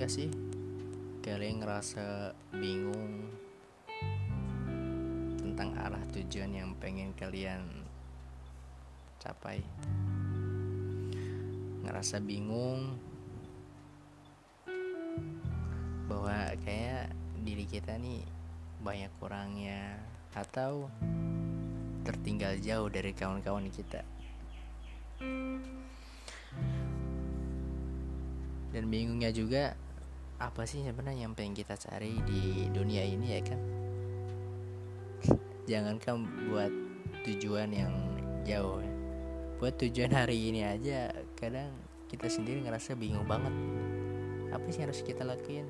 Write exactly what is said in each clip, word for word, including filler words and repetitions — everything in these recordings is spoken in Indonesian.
gak sih kalian ngerasa bingung tentang arah tujuan yang pengen kalian capai? Ngerasa bingung bahwa kayak diri kita nih banyak kurangnya, atau tertinggal jauh dari kawan-kawan kita. Dan bingungnya juga, apa sih sebenarnya yang pengen kita cari di dunia ini, ya kan? Jangankan buat tujuan yang jauh ya. Buat tujuan hari ini aja kadang kita sendiri ngerasa bingung banget. Apa sih yang harus kita lakuin?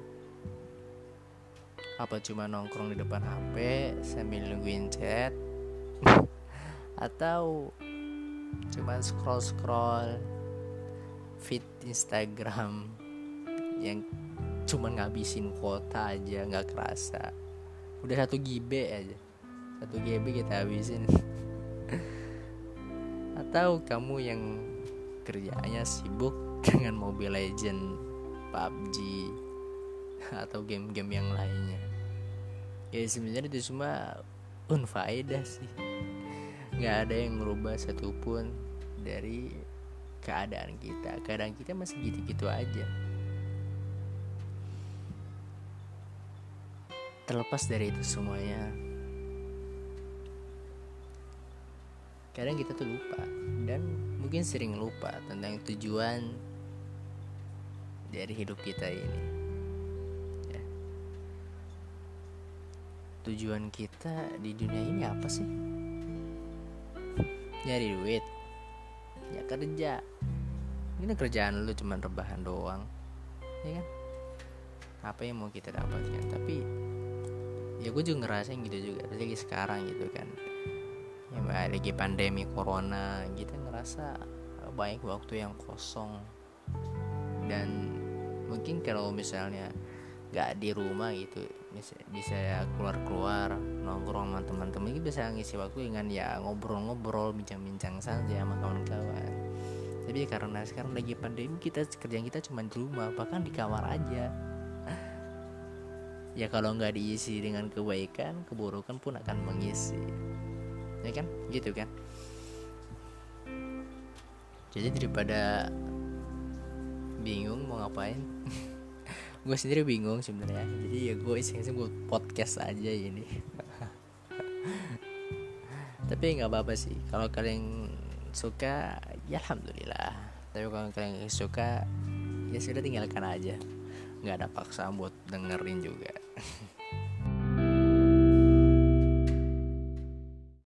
Apa cuma nongkrong di depan H P sambil nungguin chat? Atau cuma scroll-scroll feed Instagram yang cuma ngabisin kuota aja, nggak kerasa udah satu giga aja, satu giga kita habisin. Atau kamu yang kerjanya sibuk dengan Mobile Legend, P U B G, atau game-game yang lainnya. Ya sebenarnya itu semua unfaedah sih, nggak ada yang merubah satupun dari keadaan kita. Keadaan kita masih gitu-gitu aja. Terlepas dari itu semuanya, kadang kita tuh lupa, dan mungkin sering lupa tentang tujuan dari hidup kita ini ya. Tujuan kita di dunia ini apa sih? Nyari duit, ya kerja. Ini kerjaan lu cuma rebahan doang, ya kan? Apa yang mau kita dapatkan? Tapi ya gue juga ngerasain gitu juga, lagi sekarang gitu kan, ya lagi pandemi corona, kita ngerasa banyak waktu yang kosong. Dan mungkin kalau misalnya gak di rumah gitu, bisa, bisa ya keluar-keluar nongkrong sama teman-teman, gitu bisa ngisi waktu dengan ya ngobrol-ngobrol, bincang-bincang santai sama kawan-kawan. Tapi karena sekarang lagi pandemi, kita kerjaan kita cuma di rumah, bahkan di kamar aja. Ya kalau nggak diisi dengan kebaikan, keburukan pun akan mengisi, ya kan? Gitu kan? Jadi daripada bingung mau ngapain, gue sendiri bingung sebenarnya. Jadi ya gue iseng-iseng buat podcast aja ini. Tapi nggak apa-apa sih. Kalau kalian suka, ya alhamdulillah. Tapi kalau kalian nggak suka, ya sudah tinggalkan aja. Nggak ada paksaan buat dengerin juga.